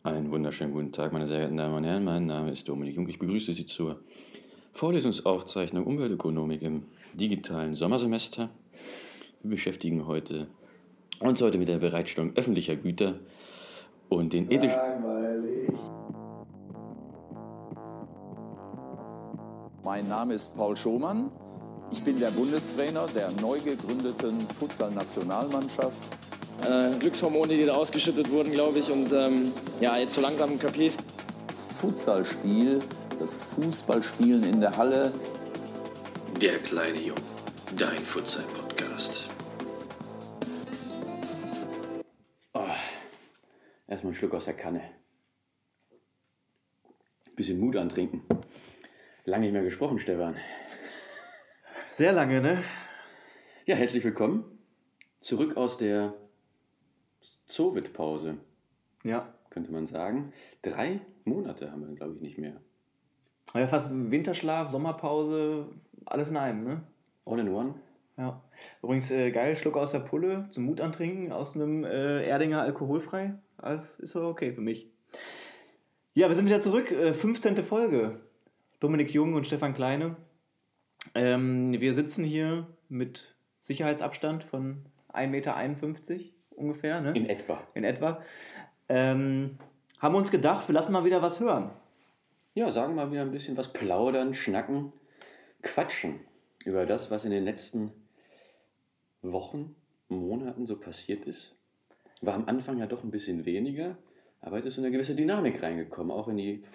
Einen wunderschönen guten Tag, meine sehr geehrten Damen und Herren. Mein Name ist Dominik Jung. Ich begrüße Sie zur Vorlesungsaufzeichnung Umweltökonomik im digitalen Sommersemester. Wir beschäftigen uns heute mit der Bereitstellung öffentlicher Güter und den ethischen... Mein Name ist Paul Schomann. Ich bin der Bundestrainer der neu gegründeten Futsal-Nationalmannschaft. Glückshormone, die da ausgeschüttet wurden, glaube ich. Und jetzt so langsam kapier's. Das Futsalspiel, das Fußballspielen in der Halle. Der kleine Jung, dein Futsal-Podcast. Erstmal einen Schluck aus der Kanne. Bisschen Mut antrinken. Lange nicht mehr gesprochen, Stefan. Sehr lange, ne? Ja, herzlich willkommen. Zurück aus der Zovid-Pause, Ja. könnte man sagen. 3 Monate haben wir, glaube ich, nicht mehr. Ja, fast Winterschlaf, Sommerpause, alles in einem, ne? All in one. Ja. Übrigens, geil, Schluck aus der Pulle, zum Mut antrinken, aus einem Erdinger alkoholfrei. Alles ist so okay für mich. Ja, wir sind wieder zurück. 15. Folge. Dominik Jung und Stefan Kleine. Wir sitzen hier mit Sicherheitsabstand von 1,51 Meter ungefähr, ne? In etwa. In etwa. Haben uns gedacht, wir lassen mal wieder was hören. Ja, sagen mal wieder ein bisschen was, plaudern, schnacken, quatschen über das, was in den letzten Wochen, Monaten so passiert ist. War am Anfang ja doch ein bisschen weniger, aber jetzt ist so eine gewisse Dynamik reingekommen, auch in die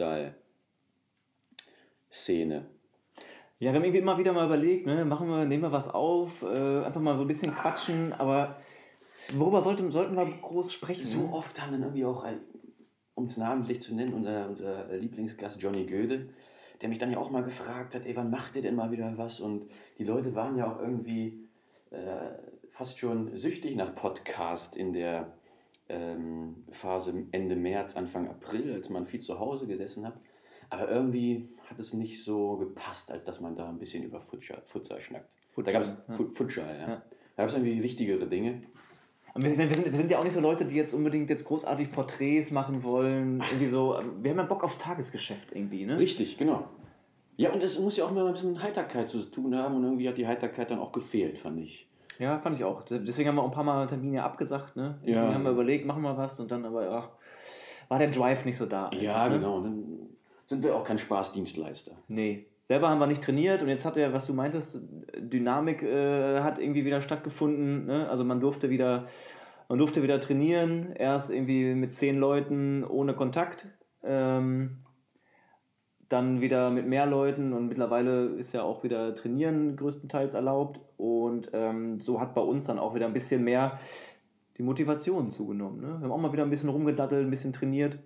Futsal-Szene. Ja, wir haben irgendwie immer wieder mal überlegt, ne? Nehmen wir was auf, einfach mal so ein bisschen quatschen, aber worüber sollten wir groß sprechen? So oft haben dann irgendwie auch, um es namentlich zu nennen, unser Lieblingsgast Johnny Göde, der mich dann ja auch mal gefragt hat, ey, wann macht ihr denn mal wieder was? Und die Leute waren ja auch irgendwie fast schon süchtig nach Podcast in der Phase Ende März, Anfang April, als man viel zu Hause gesessen hat. Aber irgendwie hat es nicht so gepasst, als dass man da ein bisschen über Futsal schnackt. Da gab es Futsal, ja. Da gab es irgendwie wichtigere Dinge. Wir sind ja auch nicht so Leute, die jetzt unbedingt großartig Porträts machen wollen. Irgendwie so, wir haben ja Bock aufs Tagesgeschäft irgendwie, ne? Richtig, genau. Ja, und es muss ja auch mal ein bisschen mit Heiterkeit zu tun haben und irgendwie hat die Heiterkeit dann auch gefehlt, fand ich. Ja, fand ich auch. Deswegen haben wir auch ein paar Mal Termine abgesagt, ne? Ja. Dann haben wir überlegt, machen wir was und dann aber, ja, war der Drive nicht so da. Ja, einfach, ne? genau. Dann sind wir auch kein Spaßdienstleister. Nee. Selber haben wir nicht trainiert und jetzt hat ja, was du meintest, Dynamik hat irgendwie wieder stattgefunden, ne? Also man durfte wieder trainieren, erst irgendwie mit 10 Leuten ohne Kontakt, dann wieder mit mehr Leuten und mittlerweile ist ja auch wieder Trainieren größtenteils erlaubt und so hat bei uns dann auch wieder ein bisschen mehr die Motivation zugenommen. Ne? Wir haben auch mal wieder ein bisschen rumgedattelt, ein bisschen trainiert.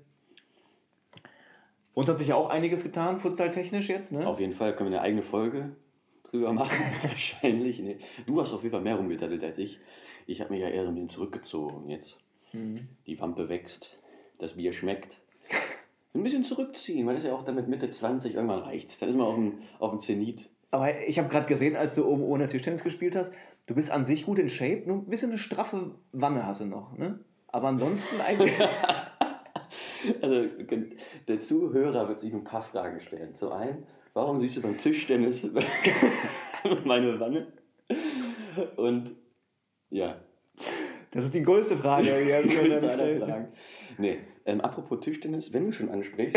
Und hat sich ja auch einiges getan, futsaltechnisch jetzt, ne? Auf jeden Fall können wir eine eigene Folge drüber machen, wahrscheinlich. Nee. Du hast auf jeden Fall mehr rumgedattelt als ich. Ich habe mich ja eher so ein bisschen zurückgezogen jetzt. Die Wampe wächst, das Bier schmeckt. Ein bisschen zurückziehen, man ist ja auch damit Mitte 20, irgendwann reicht's. Dann ist man auf dem Zenit. Aber ich habe gerade gesehen, als du oben ohne Tischtennis gespielt hast, du bist an sich gut in Shape, nur ein bisschen eine straffe Wanne hast du noch, ne? Aber ansonsten eigentlich... Also der Zuhörer wird sich ein paar Fragen stellen. Zum einen, warum siehst du beim Tischtennis meine Wanne? Und ja. Das ist die größte Frage. Nee, apropos Tischtennis, wenn du schon ansprichst.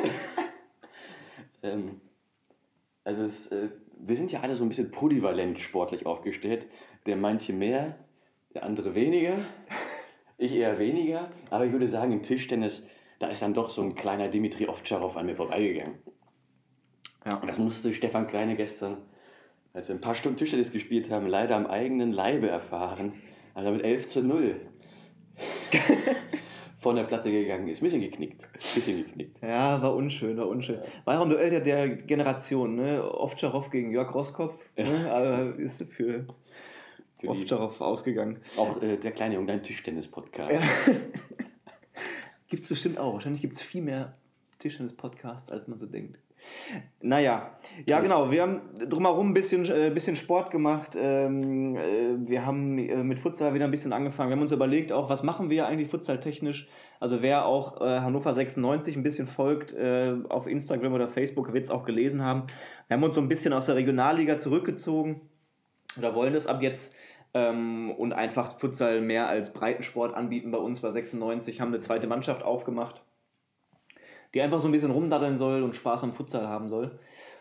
Also wir sind ja alle so ein bisschen polyvalent sportlich aufgestellt. Der manche mehr, der andere weniger. Ich eher weniger. Aber ich würde sagen, im Tischtennis, da ist dann doch so ein kleiner Dimitri Ovtcharov an mir vorbeigegangen. Ja. Und das musste Stefan Kleine gestern, als wir ein paar Stunden Tischtennis gespielt haben, leider am eigenen Leibe erfahren. Also mit 11:0 von der Platte gegangen ist. Bisschen geknickt. Ja, war unschön. War auch ein Duell der Generation, ne? Ovtcharov gegen Jörg Roskopf. Ne? Aber ist für Ovtcharov ausgegangen. Auch der kleine Junge, dein Tischtennis-Podcast. Ja. Gibt es bestimmt auch. Wahrscheinlich gibt es viel mehr Tischtennis-Podcasts, als man so denkt. Naja, ja genau, wir haben drumherum ein bisschen Sport gemacht, wir haben mit Futsal wieder ein bisschen angefangen, wir haben uns überlegt auch, was machen wir eigentlich futsaltechnisch, also wer auch Hannover 96 ein bisschen folgt auf Instagram oder Facebook, wird es auch gelesen haben, wir haben uns so ein bisschen aus der Regionalliga zurückgezogen oder wollen das ab jetzt und einfach Futsal mehr als Breitensport anbieten bei uns bei 96, haben eine zweite Mannschaft aufgemacht, die einfach so ein bisschen rumdaddeln soll und Spaß am Futsal haben soll.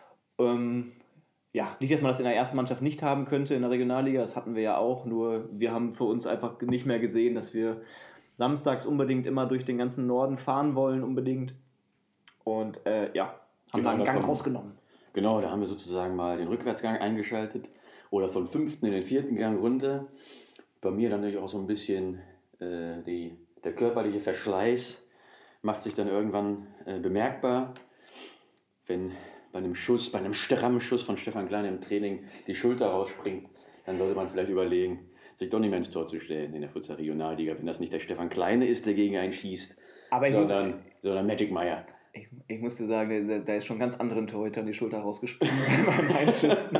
Ja, nicht, dass man das in der ersten Mannschaft nicht haben könnte in der Regionalliga, das hatten wir ja auch, nur wir haben für uns einfach nicht mehr gesehen, dass wir samstags unbedingt immer durch den ganzen Norden fahren wollen, unbedingt. Und ja, haben da einen Gang rausgenommen. Genau, da haben wir sozusagen mal den Rückwärtsgang eingeschaltet oder von 5. in den 4. Gang runter. Bei mir dann natürlich auch so ein bisschen der körperliche Verschleiß macht sich dann irgendwann bemerkbar, wenn bei einem strammen Schuss von Stefan Klein im Training die Schulter rausspringt, dann sollte man vielleicht überlegen, sich doch nicht mehr ins Tor zu stellen in der Futsal Regionalliga, wenn das nicht der Stefan Kleine ist, der gegen einen schießt, sondern Magic Meyer. Ich musste sagen, da ist schon ganz anderen Torhütern die Schulter rausgesprungen beim Einschüssen.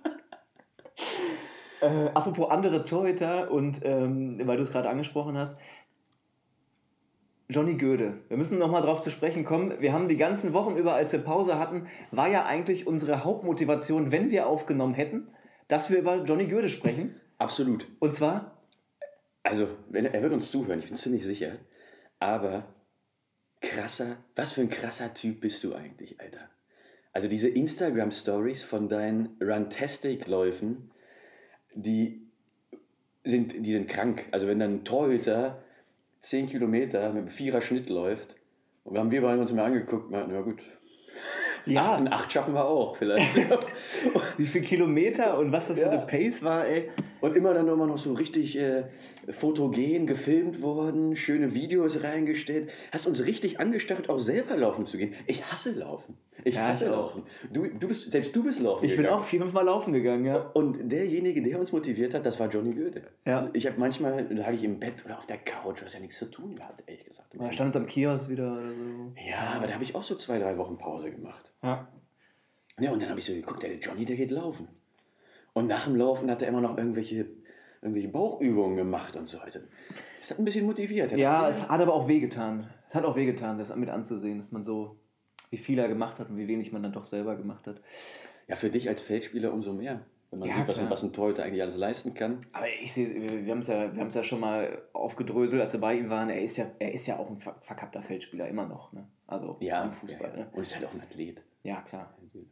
Apropos andere Torhüter und weil du es gerade angesprochen hast, Johnny Göde. Wir müssen nochmal drauf zu sprechen kommen. Wir haben die ganzen Wochen über, als wir Pause hatten, war ja eigentlich unsere Hauptmotivation, wenn wir aufgenommen hätten, dass wir über Johnny Göde sprechen. Absolut. Und zwar? Also, er wird uns zuhören, ich bin ziemlich sicher. Aber was für ein krasser Typ bist du eigentlich, Alter? Also diese Instagram-Stories von deinen Runtastic-Läufen, die sind krank. Also wenn dann ein Torhüter 10 Kilometer mit einem 4er Schnitt läuft, und haben wir beide uns mal angeguckt, meinten, ja gut, ja. 8 schaffen wir auch vielleicht. Wie viele Kilometer und was das für eine Pace war, ey. Und immer noch so richtig fotogen gefilmt worden, schöne Videos reingestellt. Hast uns richtig angestachelt, auch selber laufen zu gehen. Ich hasse Laufen. Ich hasse Laufen. Selbst du bist laufen gegangen. Ich bin auch 4-5 Mal laufen gegangen, ja. Und derjenige, der uns motiviert hat, das war Johnny Göde. Ja. Manchmal lag ich im Bett oder auf der Couch, du hast ja nichts zu tun gehabt, ehrlich gesagt. Da stand es am Kiosk wieder oder so. Ja, aber da habe ich auch so 2-3 Wochen Pause gemacht. Ja. Ja, und dann habe ich so geguckt, der Johnny, der geht laufen. Und nach dem Laufen hat er immer noch irgendwelche Bauchübungen gemacht und so. Also, das hat ein bisschen motiviert. Ja, es hat aber auch wehgetan. Es hat auch wehgetan, das mit anzusehen, dass man so, wie viel er gemacht hat und wie wenig man dann doch selber gemacht hat. Ja, für dich als Feldspieler umso mehr. Wenn man sieht, was ein Torhüter eigentlich alles leisten kann. Aber wir haben es ja schon mal aufgedröselt, als wir bei ihm waren. Er ist ja auch ein verkappter Feldspieler, immer noch. Ne? Also im Fußball. Ja. Ne? Und ist halt auch ein Athlet. Ja, klar.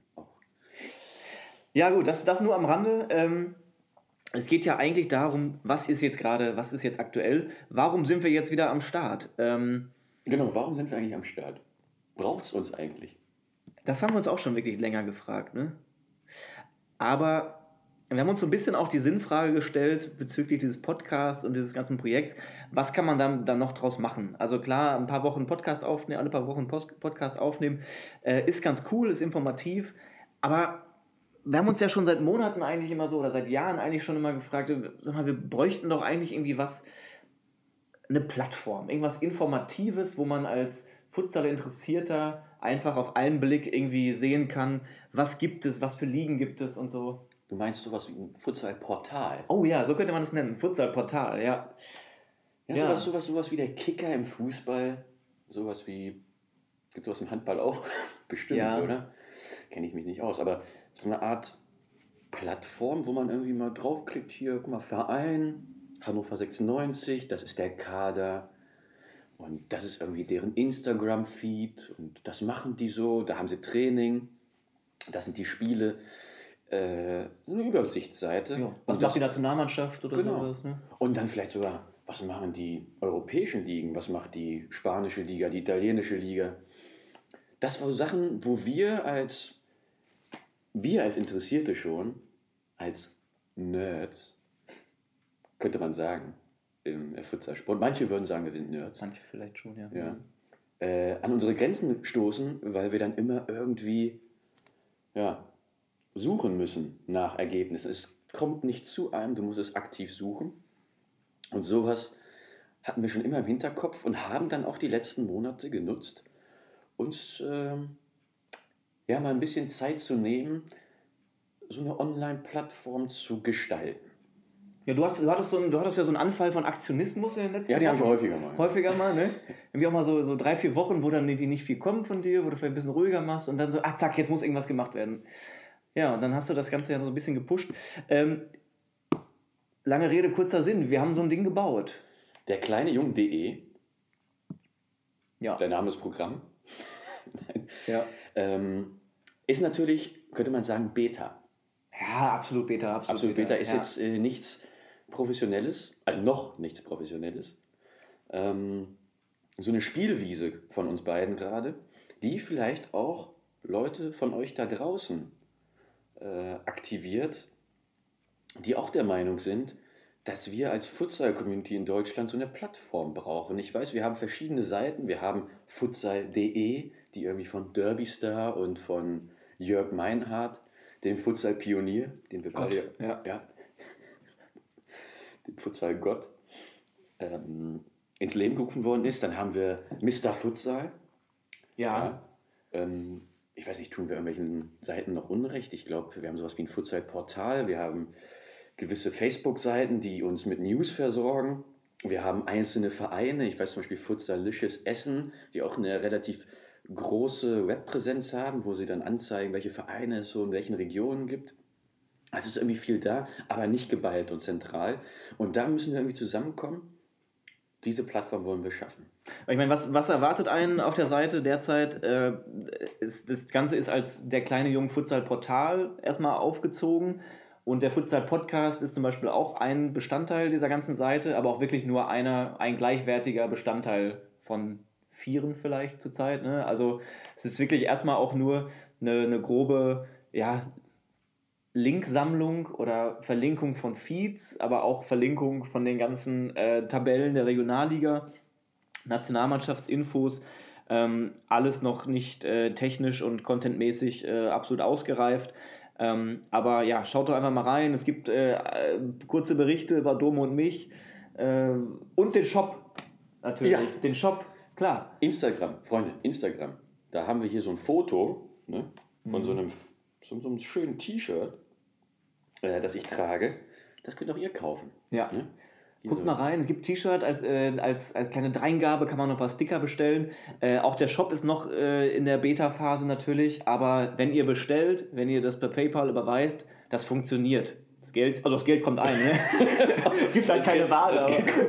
Ja gut, das nur am Rande. Es geht ja eigentlich darum, was ist jetzt aktuell, warum sind wir jetzt wieder am Start? Genau, warum sind wir eigentlich am Start? Braucht es uns eigentlich? Das haben wir uns auch schon wirklich länger gefragt, ne? Aber wir haben uns so ein bisschen auch die Sinnfrage gestellt bezüglich dieses Podcasts und dieses ganzen Projekts. Was kann man dann noch draus machen? Also klar, alle paar Wochen Podcast aufnehmen, ist ganz cool, ist informativ, aber wir haben uns ja schon seit Monaten eigentlich immer so, oder seit Jahren eigentlich schon immer gefragt, sag mal, wir bräuchten doch eigentlich irgendwie eine Plattform, irgendwas Informatives, wo man als Futsal-Interessierter einfach auf einen Blick irgendwie sehen kann, was gibt es, was für Ligen gibt es und so. Du meinst sowas wie ein Futsal-Portal? Oh ja, so könnte man das nennen, Futsal-Portal, ja. Ja, sowas wie der Kicker im Fußball, gibt es sowas im Handball auch? Bestimmt, ja. Oder? Kenne ich mich nicht aus, aber so eine Art Plattform, wo man irgendwie mal draufklickt, hier, guck mal, Verein, Hannover 96, das ist der Kader und das ist irgendwie deren Instagram-Feed und das machen die so, da haben sie Training, das sind die Spiele, eine Übersichtsseite. Ja, was macht die Nationalmannschaft oder sowas, ne? Und dann vielleicht sogar, was machen die europäischen Ligen, was macht die spanische Liga, die italienische Liga. Das waren so Sachen, wo wir als Interessierte schon, als Nerds, könnte man sagen, im Futsalsport. Manche würden sagen, wir sind Nerds. Manche vielleicht schon, ja. An unsere Grenzen stoßen, weil wir dann immer irgendwie suchen müssen nach Ergebnissen. Es kommt nicht zu einem, du musst es aktiv suchen. Und sowas hatten wir schon immer im Hinterkopf und haben dann auch die letzten Monate genutzt, uns ja, mal ein bisschen Zeit zu nehmen, so eine Online-Plattform zu gestalten. Ja, du hattest ja so einen Anfall von Aktionismus in den letzten Ja, die habe ich Wochen. häufiger mal. Häufiger mal, ne? Irgendwie auch mal so 3-4 Wochen, wo dann irgendwie nicht viel kommt von dir, wo du vielleicht ein bisschen ruhiger machst und dann so, zack, jetzt muss irgendwas gemacht werden. Ja, und dann hast du das Ganze ja so ein bisschen gepusht. Lange Rede, kurzer Sinn, wir haben so ein Ding gebaut. Der kleine Jung.de, Ja. der Name ist Programm, Ja. ist natürlich, könnte man sagen, Beta. Ja, absolut Beta. Absolut Beta ist jetzt nichts Professionelles, also noch nichts Professionelles. So eine Spielwiese von uns beiden gerade, die vielleicht auch Leute von euch da draußen aktiviert, die auch der Meinung sind, dass wir als Futsal-Community in Deutschland so eine Plattform brauchen. Ich weiß, wir haben verschiedene Seiten. Wir haben futsal.de, die irgendwie von Derbystar und von Jörg Meinhardt, dem Futsal-Pionier, den wir beide, ja. dem Futsal-Gott, ins Leben gerufen worden ist. Dann haben wir Mr. Futsal. Ja. Ich weiß nicht, tun wir irgendwelchen Seiten noch Unrecht? Ich glaube, wir haben sowas wie ein Futsal-Portal. Wir haben gewisse Facebook-Seiten, die uns mit News versorgen. Wir haben einzelne Vereine, ich weiß zum Beispiel Futsalicious Essen, die auch eine relativ große Webpräsenz haben, wo sie dann anzeigen, welche Vereine es so in welchen Regionen gibt. Es ist irgendwie viel da, aber nicht geballt und zentral. Und da müssen wir irgendwie zusammenkommen. Diese Plattform wollen wir schaffen. Ich meine, was erwartet einen auf der Seite derzeit? Das Ganze ist als der kleine Jung Futsal Portal erstmal aufgezogen. Und der Futsal-Podcast ist zum Beispiel auch ein Bestandteil dieser ganzen Seite, aber auch wirklich nur ein gleichwertiger Bestandteil von 4 vielleicht zurzeit. Ne? Also es ist wirklich erstmal auch nur eine grobe Linksammlung oder Verlinkung von Feeds, aber auch Verlinkung von den ganzen Tabellen der Regionalliga, Nationalmannschaftsinfos, alles noch nicht technisch und contentmäßig absolut ausgereift. Aber ja, schaut doch einfach mal rein. Es gibt kurze Berichte über Dome und mich und den Shop natürlich. Ja. Den Shop, klar. Instagram, Freunde, Instagram. Da haben wir hier so ein Foto, ne, von so einem schönen T-Shirt, das ich trage. Das könnt auch ihr kaufen. Ja. Ne? Guckt mal rein, es gibt T-Shirt, als kleine Dreingabe kann man noch ein paar Sticker bestellen. Auch der Shop ist noch in der Beta-Phase natürlich, aber wenn ihr bestellt, wenn ihr das per PayPal überweist, das funktioniert. Das Geld kommt ein, ne? Gibt halt keine Ware.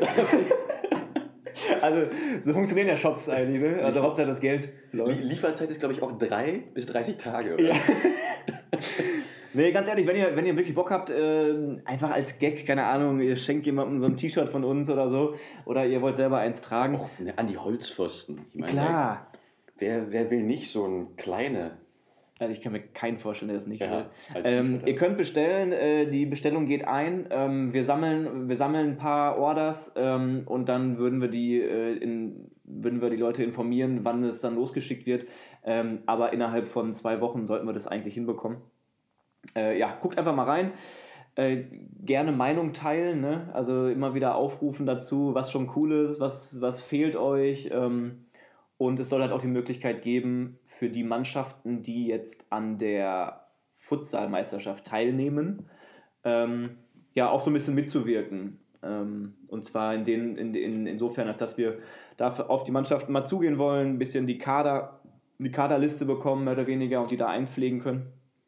Also so funktionieren ja Shops eigentlich, ne? Also Hauptsache das Geld läuft. Lieferzeit ist, glaube ich, auch 3 bis 30 Tage, oder? Ja. Nee, ganz ehrlich, wenn ihr wirklich Bock habt, einfach als Gag, keine Ahnung, ihr schenkt jemandem so ein T-Shirt von uns oder so, oder ihr wollt selber eins tragen. Auch an die Holzpfosten. Ich meine, Klar. Wer will nicht so ein kleine... Also ich kann mir keinen vorstellen, der das nicht Ja, will. Ihr könnt bestellen, die Bestellung geht ein. Wir sammeln ein paar Orders und dann würden wir die Leute informieren, wann es dann losgeschickt wird. Aber innerhalb von 2 Wochen sollten wir das eigentlich hinbekommen. Guckt einfach mal rein. Gerne Meinung teilen, ne? Also immer wieder aufrufen dazu, was schon cool ist, was fehlt euch. Und es soll halt auch die Möglichkeit geben, für die Mannschaften, die jetzt an der Futsalmeisterschaft teilnehmen, auch so ein bisschen mitzuwirken. Und zwar insofern, als dass wir da auf die Mannschaften mal zugehen wollen, ein bisschen die Kaderliste bekommen, mehr oder weniger, und die da einpflegen können.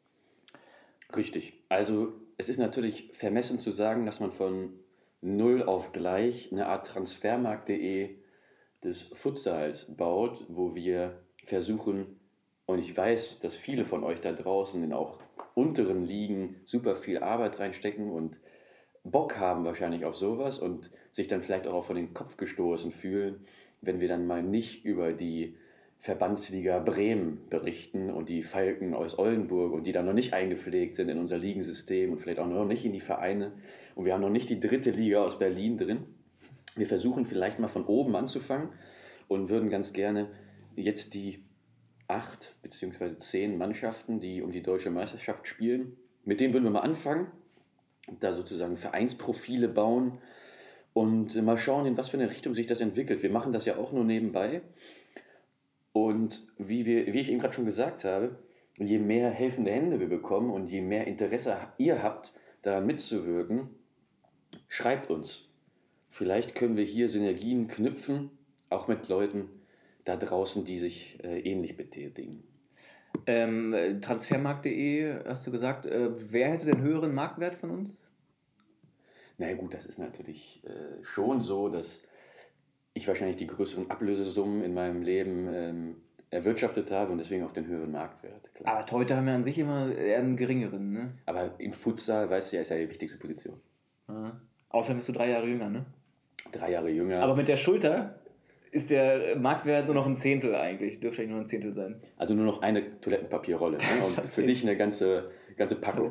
Richtig. Also es ist natürlich vermessen zu sagen, dass man von 0 auf gleich eine Art Transfermarkt.de des Futsals baut, wo wir versuchen, und ich weiß, dass viele von euch da draußen in auch unteren Ligen super viel Arbeit reinstecken und Bock haben wahrscheinlich auf sowas und sich dann vielleicht auch vor den Kopf gestoßen fühlen, wenn wir dann mal nicht über die Verbandsliga Bremen berichten und die Falken aus Oldenburg und die dann noch nicht eingepflegt sind in unser Ligensystem und vielleicht auch noch nicht in die Vereine und wir haben noch nicht die 3. Liga aus Berlin drin. Wir versuchen vielleicht mal von oben anzufangen und würden ganz gerne jetzt die 8 bzw. 10 Mannschaften, die um die deutsche Meisterschaft spielen, mit denen würden wir mal anfangen, da sozusagen Vereinsprofile bauen und mal schauen, in was für eine Richtung sich das entwickelt. Wir machen das ja auch nur nebenbei. Und wie ich eben gerade schon gesagt habe, je mehr helfende Hände wir bekommen und je mehr Interesse ihr habt, daran mitzuwirken, schreibt uns. Vielleicht können wir hier Synergien knüpfen, auch mit Leuten da draußen, die sich ähnlich betätigen. Transfermarkt.de, hast du gesagt, wer hätte den höheren Marktwert von uns? Na ja, gut, das ist natürlich schon so, dass ich wahrscheinlich die größeren Ablösesummen in meinem Leben erwirtschaftet habe und deswegen auch den höheren Marktwert. Klar. Aber Torhüter haben ja an sich immer eher einen geringeren, ne? Aber im Futsal, weißt du ja, ist ja die wichtigste Position. Ja. Außerdem bist du 3 Jahre jünger, ne? 3 Jahre jünger. Aber mit der Schulter ist der Marktwert nur noch ein Zehntel eigentlich. Dürfte eigentlich nur ein Zehntel sein. Also nur noch eine Toilettenpapierrolle. Ne? Und für dich eine ganze Packung.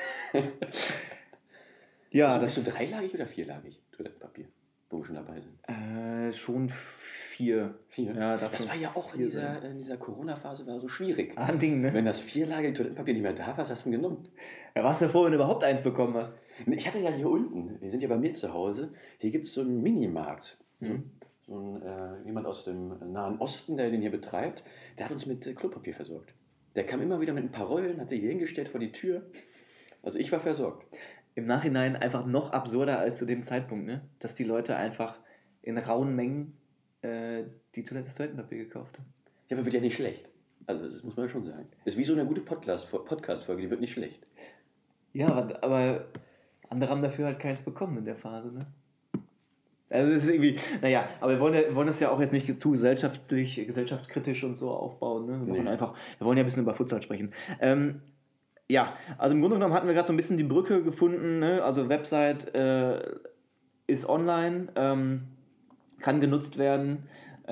Ja, also, bist du dreilagig oder vierlagig Toilettenpapier, wo wir schon dabei sind? Schon 4. 4? Ja, das war ja auch in dieser Corona-Phase war so schwierig. Ein Ding, ne? Wenn das vierlagige Toilettenpapier nicht mehr da war, was hast du denn genommen? Ja, warst du froh, wenn du überhaupt eins bekommen hast? Ich hatte ja hier unten, wir sind ja bei mir zu Hause, hier gibt es so einen Minimarkt. Jemand aus dem Nahen Osten, der den hier betreibt, der hat uns mit Klopapier versorgt. Der kam immer wieder mit ein paar Rollen, hat sie hier hingestellt vor die Tür. Also ich war versorgt. Im Nachhinein einfach noch absurder als zu dem Zeitpunkt, ne? Dass die Leute einfach in rauen Mengen das Toilettenpapier gekauft haben. Ja, aber wird ja nicht schlecht. Also das muss man ja schon sagen. Das ist wie so eine gute Podcast-Folge, die wird nicht schlecht. Ja, aber andere haben dafür halt keins bekommen in der Phase, ne? Also es ist irgendwie, naja, aber wir wollen das ja auch jetzt nicht zu gesellschaftskritisch und so aufbauen, ne? Wir wollen ja ein bisschen über Futsal sprechen. Ja, also im Grunde genommen hatten wir gerade so ein bisschen die Brücke gefunden, ne? Also Website ist online, kann genutzt werden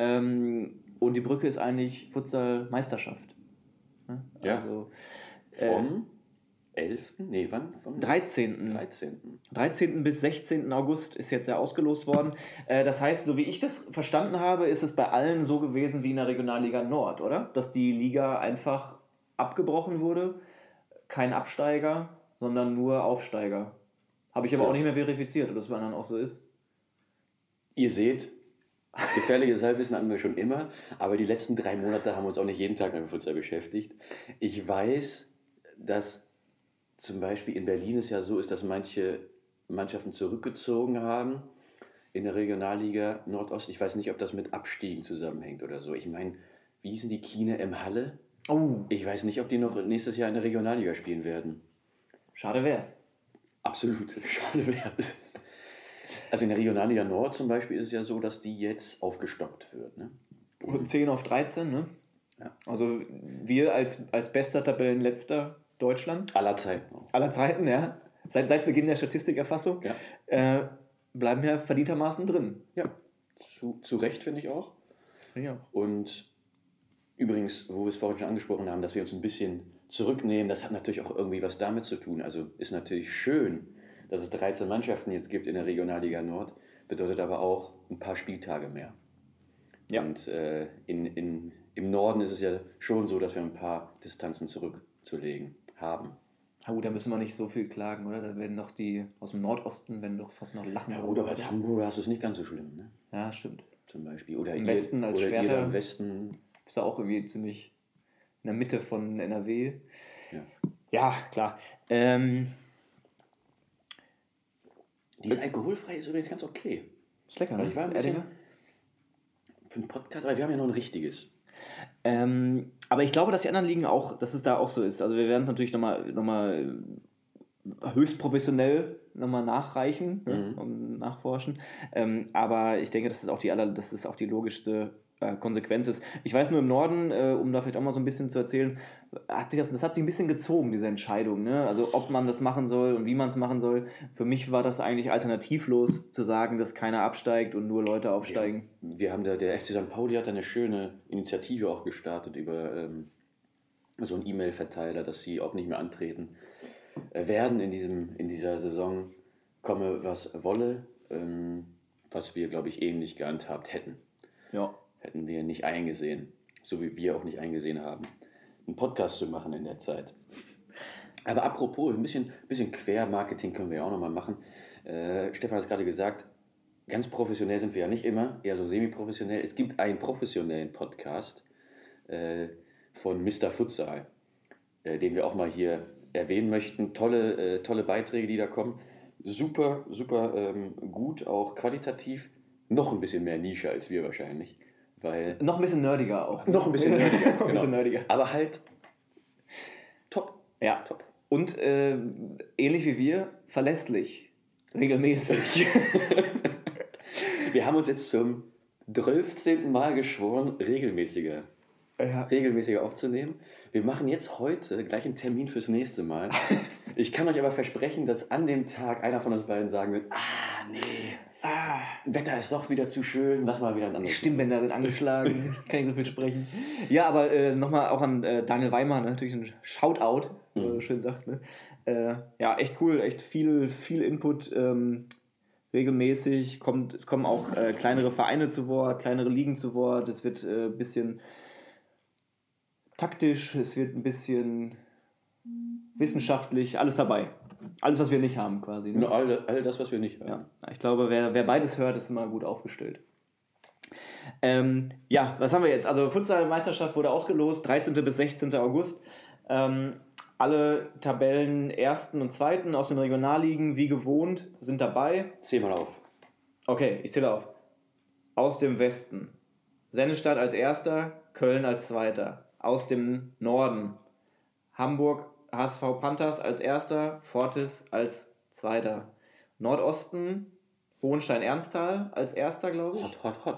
und die Brücke ist eigentlich Futsal-Meisterschaft. Ne? Ja, also, vom 11., nee, wann? Vom 13. 13. bis 16. August ist jetzt ja ausgelost worden. Das heißt, so wie ich das verstanden habe, ist es bei allen so gewesen wie in der Regionalliga Nord, oder? Dass die Liga einfach abgebrochen wurde, kein Absteiger, sondern nur Aufsteiger. Habe ich aber auch nicht mehr verifiziert, ob das bei anderen auch so ist. Ihr seht, gefährliches Halbwissen hatten wir schon immer, aber die letzten 3 Monate haben wir uns auch nicht jeden Tag mit dem Futsal beschäftigt. Ich weiß, dass zum Beispiel in Berlin es ja so ist, dass manche Mannschaften zurückgezogen haben in der Regionalliga Nordost. Ich weiß nicht, ob das mit Abstiegen zusammenhängt oder so. Ich meine, wie hießen die Kiene im Halle? Oh. Ich weiß nicht, ob die noch nächstes Jahr in der Regionalliga spielen werden. Schade wär's. Absolut, schade wär's. Also in der Regionalliga Nord zum Beispiel ist es ja so, dass die jetzt aufgestockt wird. Ne? Von 10 auf 13, ne? Ja. Also wir als bester Tabellenletzter Deutschlands. Aller Zeiten. Aller Zeiten, ja. Seit Beginn der Statistikerfassung. Ja. Bleiben wir verdientermaßen drin. Ja, zu Recht finde ich auch. Ja. Und übrigens, wo wir es vorhin schon angesprochen haben, dass wir uns ein bisschen zurücknehmen, das hat natürlich auch irgendwie was damit zu tun. Also ist natürlich schön, dass es 13 Mannschaften jetzt gibt in der Regionalliga Nord, bedeutet aber auch ein paar Spieltage mehr. Ja. Und im Norden ist es ja schon so, dass wir ein paar Distanzen zurückzulegen haben. Ja gut, da müssen wir nicht so viel klagen, oder? Da werden doch die aus dem Nordosten doch fast noch lachen. Ja gut, aber als Hamburger hast du es nicht ganz so schlimm, ne? Ja, stimmt. Zum Beispiel. Oder im Westen als oder Schwerter. Im Westen. Bist du auch irgendwie ziemlich in der Mitte von NRW. Ja, ja klar. Dieses alkoholfrei ist übrigens ganz okay. Ist lecker, ne? Ich war ein bisschen für einen Podcast, aber wir haben ja noch ein richtiges. Aber ich glaube, dass die anderen Ligen auch, dass es da auch so ist. Also wir werden es natürlich nochmal höchst professionell nochmal nachreichen und nachforschen. Aber ich denke, das ist auch die logischste Konsequenz ist. Ich weiß nur im Norden, um da vielleicht auch mal so ein bisschen zu erzählen, das hat sich ein bisschen gezogen, diese Entscheidung. Ne? Also ob man das machen soll und wie man es machen soll. Für mich war das eigentlich alternativlos zu sagen, dass keiner absteigt und nur Leute aufsteigen. Ja. Wir haben der FC St. Pauli hat eine schöne Initiative auch gestartet über so einen E-Mail-Verteiler, dass sie auch nicht mehr antreten werden in dieser Saison, komme was wolle, was wir, glaube ich, ähnlich gehandhabt hätten. Ja. Hätten wir nicht eingesehen, so wie wir auch nicht eingesehen haben, einen Podcast zu machen in der Zeit. Aber apropos, ein bisschen Quermarketing können wir ja auch nochmal machen. Stefan hat es gerade gesagt, ganz professionell sind wir ja nicht immer, eher so semi-professionell. Es gibt einen professionellen Podcast von Mr. Futsal. den wir auch mal hier erwähnen möchten. Tolle Beiträge, die da kommen. Super, super gut, auch qualitativ. Noch ein bisschen mehr Nische als wir wahrscheinlich. Weil Noch ein bisschen nerdiger auch. noch ein bisschen nerdiger. Noch ein bisschen nerdiger. Aber halt top. Ja. Top. Und ähnlich wie wir, verlässlich. Regelmäßig. Wir haben uns jetzt zum 12. Mal geschworen, regelmäßiger aufzunehmen. Wir machen jetzt heute gleich einen Termin fürs nächste Mal. Ich kann euch aber versprechen, dass an dem Tag einer von uns beiden sagen wird, Wetter ist doch wieder zu schön, lass mal wieder ein anderes. Stimmbänder sind angeschlagen, kann ich so viel sprechen. Ja, aber nochmal auch an Daniel Weimer, ne? Natürlich ein Shoutout, wie man so schön sagt. Ne? Ja, echt cool, echt viel Input. Regelmäßig es kommen auch kleinere Vereine zu Wort, kleinere Ligen zu Wort. Es wird ein bisschen taktisch, es wird ein bisschen wissenschaftlich, alles dabei. Alles, was wir nicht haben, quasi. Ne? All das, was wir nicht haben. Ja, ich glaube, wer beides hört, ist immer gut aufgestellt. Ja, was haben wir jetzt? Also Futsal-Meisterschaft wurde ausgelost, 13. bis 16. August. Alle Tabellen 1. und 2. aus den Regionalligen, wie gewohnt, sind dabei. Zähl mal auf. Okay, ich zähle auf. Aus dem Westen. Sennestadt als Erster, Köln als Zweiter. Aus dem Norden. Hamburg, HSV Panthers als Erster, Fortis als Zweiter. Nordosten, Hohenstein-Ernsthal als Erster, glaube ich.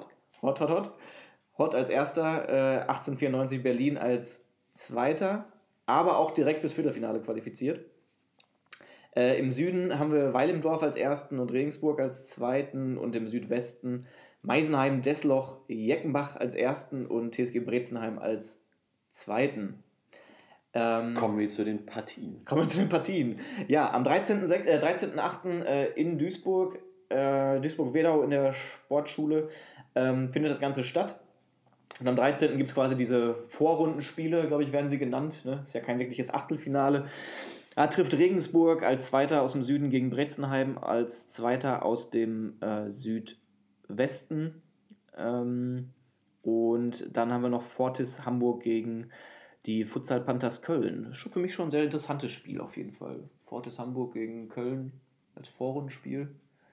Hot als Erster, 1894 Berlin als Zweiter, aber auch direkt fürs Viertelfinale qualifiziert. Im Süden haben wir Weilimdorf als Ersten und Regensburg als Zweiten und im Südwesten Meisenheim, Desloch, Jeckenbach als Ersten und TSG Brezenheim als Zweiten. Kommen wir zu den Partien. Ja, am 13.8. In Duisburg, Duisburg-Wedau in der Sportschule, findet das Ganze statt. Und am 13. gibt es quasi diese Vorrundenspiele, glaube ich, werden sie genannt. Ne? Ist ja kein wirkliches Achtelfinale. Da trifft Regensburg als Zweiter aus dem Süden gegen Brezenheim, als Zweiter aus dem Südwesten. Und dann haben wir noch Fortis Hamburg gegen die Futsal Panthers Köln. Das ist für mich schon ein sehr interessantes Spiel auf jeden Fall. Fortis Hamburg gegen Köln als Vorrundenspiel.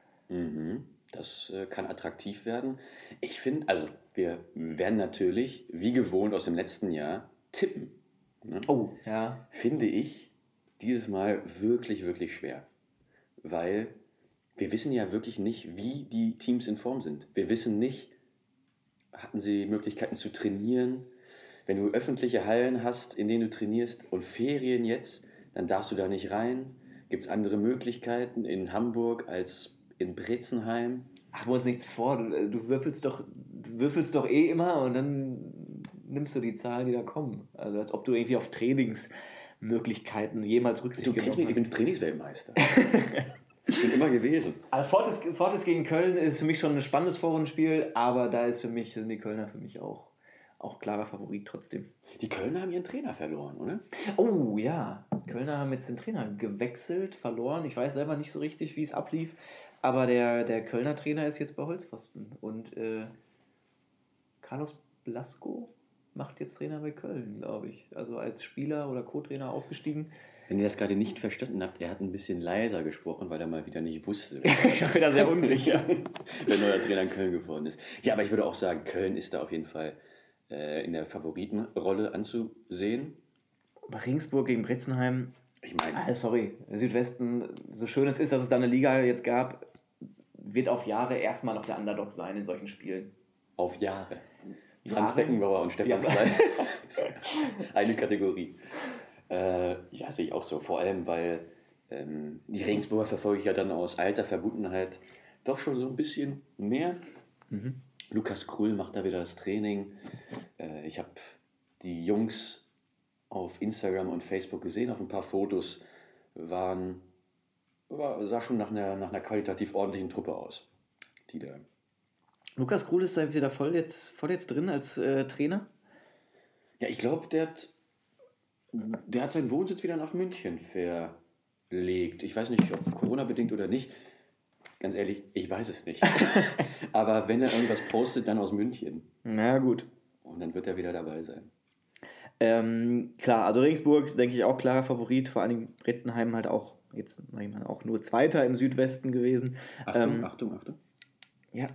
Das kann attraktiv werden. Ich finde, also wir werden natürlich, wie gewohnt aus dem letzten Jahr, tippen. Ne? Oh, ja. Finde ich dieses Mal wirklich, wirklich schwer. Weil wir wissen ja wirklich nicht, wie die Teams in Form sind. Wir wissen nicht, hatten sie Möglichkeiten zu trainieren. Wenn du öffentliche Hallen hast, in denen du trainierst und Ferien jetzt, dann darfst du da nicht rein. Gibt es andere Möglichkeiten in Hamburg als in Brezenheim? Ach, wir uns nichts vor. Du würfelst doch eh immer und dann nimmst du die Zahlen, die da kommen. Also als ob du irgendwie auf Trainingsmöglichkeiten jemals Rücksicht genommen hast. Ich bin Trainingsweltmeister. Ich bin immer gewesen. Also Fortis gegen Köln ist für mich schon ein spannendes Vorrundenspiel, aber da sind die Kölner für mich auch klarer Favorit trotzdem. Die Kölner haben ihren Trainer verloren, oder? Oh ja, die Kölner haben jetzt den Trainer gewechselt, verloren. Ich weiß selber nicht so richtig, wie es ablief, aber der Kölner Trainer ist jetzt bei Holzpfosten und Carlos Blasco macht jetzt Trainer bei Köln, glaube ich. Also als Spieler oder Co-Trainer aufgestiegen. Wenn ihr das gerade nicht verstanden habt, er hat ein bisschen leiser gesprochen, weil er mal wieder nicht wusste. Ich bin da sehr unsicher. Wenn neuer Trainer in Köln geworden ist. Ja, aber ich würde auch sagen, Köln ist da auf jeden Fall in der Favoritenrolle anzusehen. Aber Regensburg gegen Brezenheim, ich meine, sorry, Südwesten, so schön es ist, dass es da eine Liga jetzt gab, wird auf Jahre erstmal noch der Underdog sein in solchen Spielen. Auf Jahre. Franz Beckenbauer und Stefan Klein. Eine Kategorie. Ja, sehe ich auch so. Vor allem, weil die Regensburger verfolge ich ja dann aus alter Verbundenheit doch schon so ein bisschen mehr. Lukas Krull macht da wieder das Training. Ich habe die Jungs auf Instagram und Facebook gesehen, auf ein paar Fotos sah schon nach einer qualitativ ordentlichen Truppe aus. Die da. Lukas Krull ist da wieder voll jetzt drin als Trainer? Ja, ich glaube, der hat seinen Wohnsitz wieder nach München verlegt. Ich weiß nicht, ob Corona-bedingt oder nicht. Ganz ehrlich, ich weiß es nicht. Aber wenn er irgendwas postet, dann aus München. Na gut. Und dann wird er wieder dabei sein. Klar, also Regensburg, denke ich, auch klarer Favorit, vor allem Bretzenheim halt auch, jetzt sag ich mal, auch nur Zweiter im Südwesten gewesen. Achtung. Ja.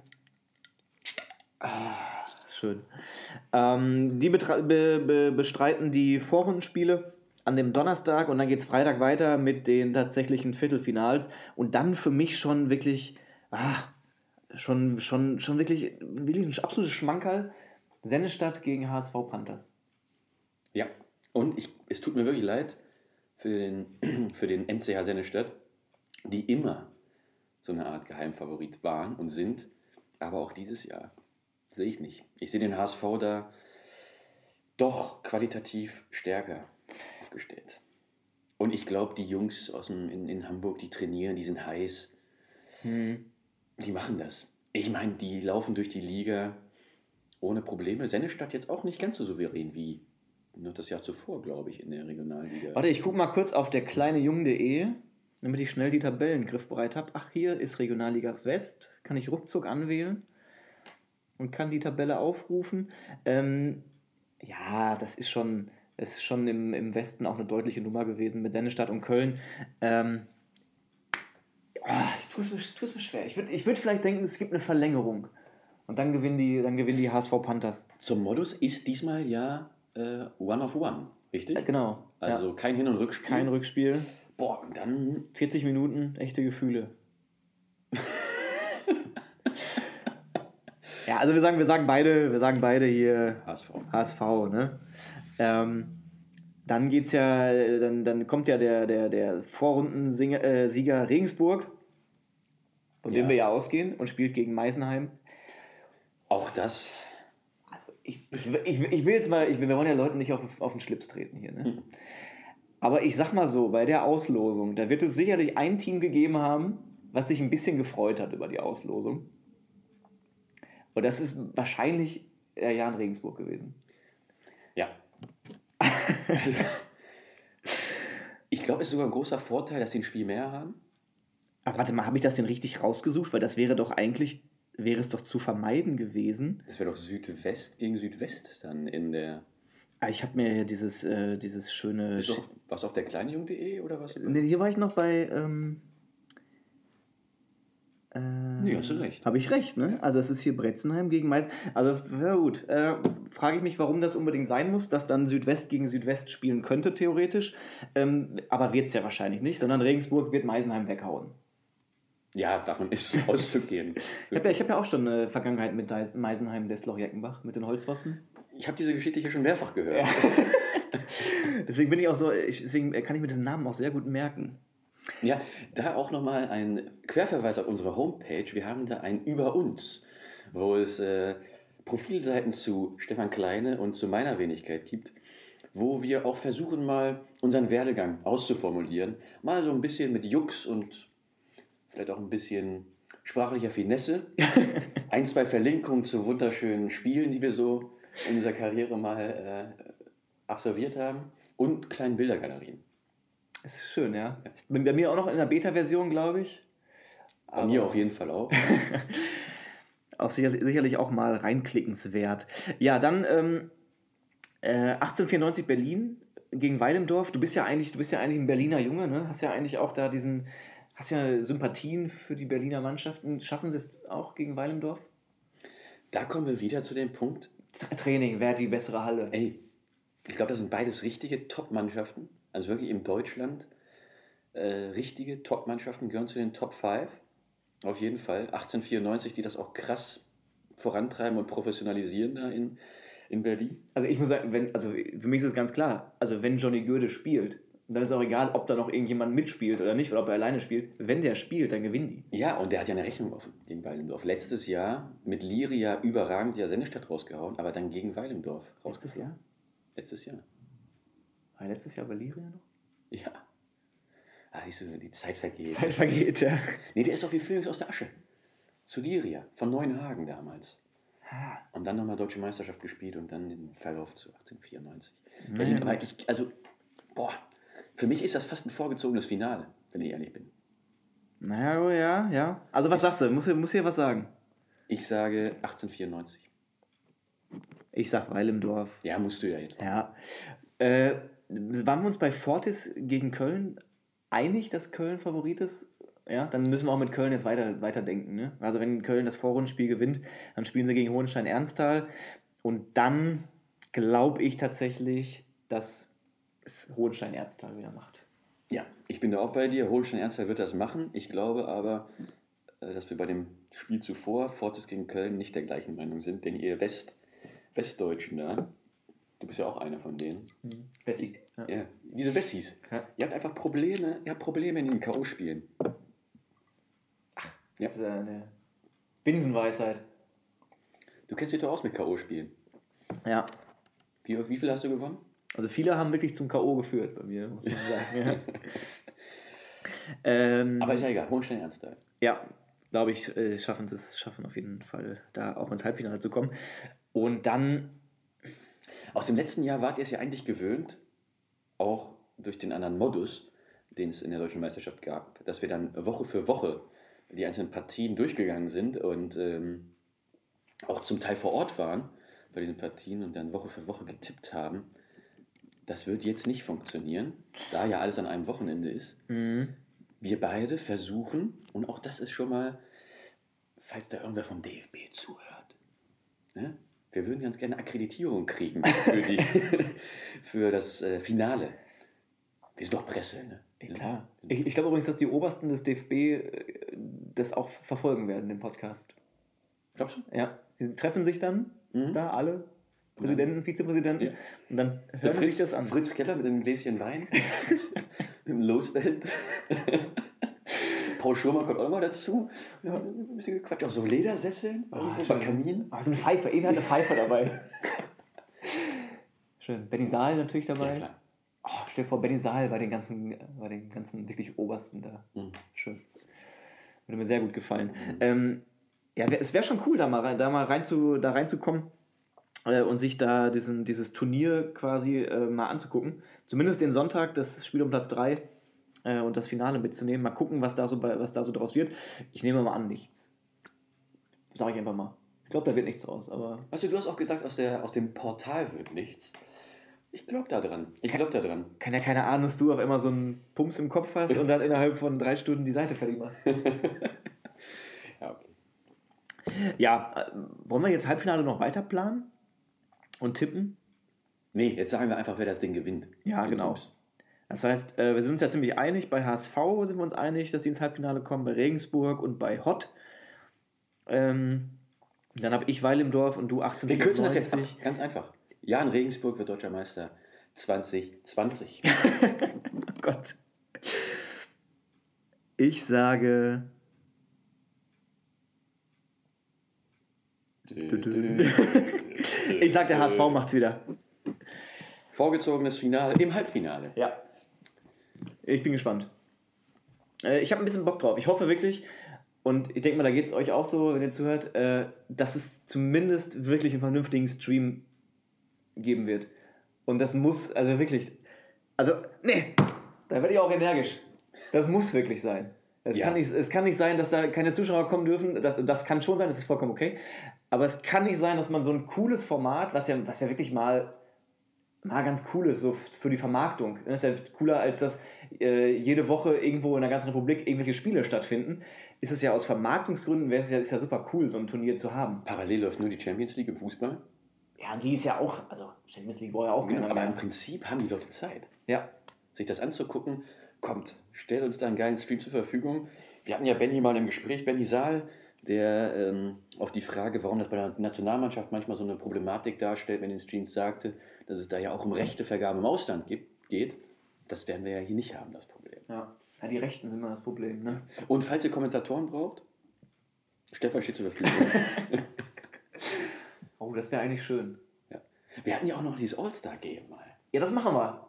Schön. Die bestreiten die Vorrundenspiele an dem Donnerstag und dann geht es Freitag weiter mit den tatsächlichen Viertelfinals und dann für mich schon wirklich, schon wirklich ein absolutes Schmankerl. Sennestadt gegen HSV Panthers. Ja, und es tut mir wirklich leid für den MCH Sennestadt, die immer so eine Art Geheimfavorit waren und sind, aber auch dieses Jahr sehe ich nicht. Ich sehe den HSV da doch qualitativ stärker aufgestellt. Und ich glaube, die Jungs in Hamburg, die trainieren, die sind heiß. Die machen das. Ich meine, die laufen durch die Liga ohne Probleme. Sennestadt jetzt auch nicht ganz so souverän wie das Jahr zuvor, glaube ich, in der Regionalliga. Warte, ich gucke mal kurz auf der kleinejung.de, damit ich schnell die Tabellen griffbereit habe. Ach, hier ist Regionalliga West. Kann ich ruckzuck anwählen und kann die Tabelle aufrufen. Ja, das ist schon im Westen auch eine deutliche Nummer gewesen mit Sennestadt und Köln. Ich tue es mir schwer. Ich würd vielleicht denken, es gibt eine Verlängerung. Und dann gewinnen die HSV Panthers. Zum Modus ist diesmal ja One of One, richtig? Genau. Also ja. kein Hin- und Rückspiel. Kein Rückspiel. Boah, und dann 40 Minuten, echte Gefühle. Ja, also wir sagen beide hier HSV, ne? Dann geht's ja, dann kommt ja der Vorrundensieger Regensburg, von dem wir ja ausgehen, und spielt gegen Meisenheim. Auch das. Ich will jetzt mal, wir wollen ja Leuten nicht auf den Schlips treten hier, ne? Aber ich sag mal so, bei der Auslosung, da wird es sicherlich ein Team gegeben haben, was sich ein bisschen gefreut hat über die Auslosung. Und das ist wahrscheinlich Jan Regensburg gewesen. Ja. Ich glaube, es ist sogar ein großer Vorteil, dass sie ein Spiel mehr haben. Ach, warte mal, habe ich das denn richtig rausgesucht? Weil das wäre es doch zu vermeiden gewesen. Das wäre doch Südwest gegen Südwest dann in der... Ich habe mir dieses schöne... Was auf der kleinjung.de oder was? Ne, hier war ich noch bei... Nee, hast du recht. Habe ich recht, ne? Also es ist hier Bretzenheim gegen Meißen. Also, ja gut. Frage ich mich, warum das unbedingt sein muss, dass dann Südwest gegen Südwest spielen könnte, theoretisch. Aber wird es ja wahrscheinlich nicht, sondern Regensburg wird Meisenheim weghauen. Ja, davon ist auszugehen. Ich hab ja auch schon eine Vergangenheit mit Meisenheim, Dessloch-Jeckenbach, mit den Holzpfosten. Ich habe diese Geschichte hier schon mehrfach gehört. Ja. Deswegen kann ich mir diesen Namen auch sehr gut merken. Ja, da auch nochmal ein Querverweis auf unsere Homepage. Wir haben da ein Über uns, wo es Profilseiten zu Stefan Kleine und zu meiner Wenigkeit gibt, wo wir auch versuchen, mal unseren Werdegang auszuformulieren. Mal so ein bisschen mit Jux und vielleicht auch ein bisschen sprachlicher Finesse. 1, 2 Verlinkungen zu wunderschönen Spielen, die wir so in unserer Karriere mal absolviert haben. Und kleinen Bildergalerien. Das ist schön, ja. Bei mir auch noch in der Beta-Version, glaube ich. Bei mir auf jeden Fall auch. Auch sicherlich auch mal reinklickenswert. Ja, dann 1894 Berlin gegen Weilendorf. Du bist ja eigentlich ein Berliner Junge, ne? Hast ja eigentlich auch da hast ja Sympathien für die Berliner Mannschaften. Schaffen sie es auch gegen Weilendorf? Da kommen wir wieder zu dem Punkt. Training, wer hat die bessere Halle? Ey, ich glaube, das sind beides richtige Top-Mannschaften. Also wirklich in Deutschland richtige Top-Mannschaften gehören zu den Top 5. Auf jeden Fall. 1894, die das auch krass vorantreiben und professionalisieren da in Berlin. Also ich muss sagen, für mich ist es ganz klar, also wenn Johnny Göde spielt, dann ist auch egal, ob da noch irgendjemand mitspielt oder nicht, oder ob er alleine spielt. Wenn der spielt, dann gewinnen die. Ja, und der hat ja eine Rechnung offen gegen Weilendorf. Letztes Jahr mit Liria überragend ja Sennestadt rausgehauen, aber dann gegen Weilendorf rausgehauen. Letztes Jahr? War letztes Jahr bei Liria noch? Ja. Siehst du, die Zeit vergeht. Zeit vergeht, ja. Nee, der ist doch wie Phönix aus der Asche. Zu Liria, von Neuenhagen damals. Und dann nochmal Deutsche Meisterschaft gespielt und dann den Verlauf zu 1894. Berlin, aber für mich ist das fast ein vorgezogenes Finale, wenn ich ehrlich bin. Naja, ja. Also was sagst du? Muss hier was sagen? Ich sage 1894. Ich sag Weil im Dorf. Ja, musst du ja jetzt. Ja. Waren wir uns bei Fortis gegen Köln einig, dass Köln Favorit ist? Ja, dann müssen wir auch mit Köln jetzt weiterdenken. Ne? Also wenn Köln das Vorrundenspiel gewinnt, dann spielen sie gegen Hohenstein-Ernsthal. Und dann glaube ich tatsächlich, dass es Hohenstein-Ernsthal wieder macht. Ja, ich bin da auch bei dir. Hohenstein-Ernsthal wird das machen. Ich glaube aber, dass wir bei dem Spiel zuvor, Fortis gegen Köln, nicht der gleichen Meinung sind. Denn ihr Westdeutschen da, du bist ja auch einer von denen. Wessi. Ja, diese Wessis. Ja. Ihr habt einfach Probleme, in den K.O.-Spielen. Ja. Das ist eine Binsenweisheit. Du kennst dich doch aus mit K.O.-Spielen. Ja. Wie viel hast du gewonnen? Also viele haben wirklich zum K.O. geführt bei mir, muss man sagen. Ja. Aber ist ja egal, Hohenstein-Ernsthal. Ja, glaube ich, schaffen auf jeden Fall, da auch ins Halbfinale zu kommen. Und dann... Aus dem letzten Jahr wart ihr es ja eigentlich gewöhnt, auch durch den anderen Modus, den es in der Deutschen Meisterschaft gab, dass wir dann Woche für Woche die einzelnen Partien durchgegangen sind und auch zum Teil vor Ort waren bei diesen Partien und dann Woche für Woche getippt haben. Das wird jetzt nicht funktionieren, da ja alles an einem Wochenende ist. Wir beide versuchen, und auch das ist schon mal, falls da irgendwer vom DFB zuhört, ne? Wir würden ganz gerne Akkreditierung kriegen für das Finale. Wir sind doch Presse, ne? Ja, klar. Ich glaube übrigens, dass die Obersten des DFB das auch verfolgen werden, den Podcast. Glaubst du? Ja, sie treffen sich dann da alle, Präsidenten, Vizepräsidenten, und dann hören sie sich das an. Fritz Keller mit einem Gläschen Wein im Losfeld. Paul Schurmann kommt auch mal dazu. Ja, ein bisschen gequatscht auf so Ledersesseln, bei Kamin. So eine Pfeife, eben hat eine Pfeife dabei. Schön. Benny Saal natürlich dabei. Ja, klar. Stell dir vor, Benny Saal bei den ganzen wirklich Obersten da. Schön. Würde mir sehr gut gefallen. Ja, es wäre schon cool, da mal reinzukommen und sich da dieses Turnier quasi mal anzugucken. Zumindest den Sonntag, das Spiel um Platz 3 und das Finale mitzunehmen. Mal gucken, was da so draus wird. Ich nehme mal an, nichts. Sag ich einfach mal. Ich glaube, da wird nichts raus. Aber Weißt du, du hast auch gesagt, aus dem Portal wird nichts. Ich glaube da dran. Kann ja keiner ahnen, dass du auf einmal so einen Pumps im Kopf hast und dann innerhalb von 3 Stunden die Seite fertig machst. Ja, okay. Ja, wollen wir jetzt Halbfinale noch weiter planen und tippen? Nee, jetzt sagen wir einfach, wer das Ding gewinnt. Ja, genau. Das heißt, wir sind uns ja ziemlich einig. Bei HSV sind wir uns einig, dass die ins Halbfinale kommen, bei Regensburg und bei Hott. Dann habe ich Weil im Dorf und du 1894. Wir kürzen das jetzt ab. Ganz einfach. Jan Regensburg wird Deutscher Meister 2020. Oh Gott. Ich sage... Ich sage, der HSV macht's wieder. Vorgezogenes Finale im Halbfinale. Ja. Ich bin gespannt. Ich habe ein bisschen Bock drauf. Ich hoffe wirklich, und ich denke mal, da geht es euch auch so, wenn ihr zuhört, dass es zumindest wirklich einen vernünftigen Stream geben wird. Und das muss, also wirklich, da werde ich auch energisch. Das muss wirklich sein. Es kann nicht sein, dass da keine Zuschauer kommen dürfen. Das kann schon sein, das ist vollkommen okay. Aber es kann nicht sein, dass man so ein cooles Format, was ja wirklich mal ganz cool ist, so für die Vermarktung. Das ist ja cooler, als dass jede Woche irgendwo in der ganzen Republik irgendwelche Spiele stattfinden. Ist es ja aus Vermarktungsgründen, ist ja super cool, so ein Turnier zu haben. Parallel läuft nur die Champions League im Fußball. Ja, die ist ja auch, also Champions League braucht ja auch keiner. Aber im Prinzip haben die Leute Zeit. Ja. Sich das anzugucken, kommt, stellt uns da einen geilen Stream zur Verfügung. Wir hatten ja Benny mal im Gespräch, Benny Saal, der auf die Frage, warum das bei der Nationalmannschaft manchmal so eine Problematik darstellt, wenn in den Streams sagte, dass es da ja auch um Rechtevergabe im Ausland geht. Das werden wir ja hier nicht haben, das Problem. Ja, die Rechten sind immer das Problem, ne? Und falls ihr Kommentatoren braucht, Stefan steht zur Verfügung. Oh, das wäre eigentlich schön. Ja. Wir hatten ja auch noch dieses All-Star-Game mal. Ja, das machen wir.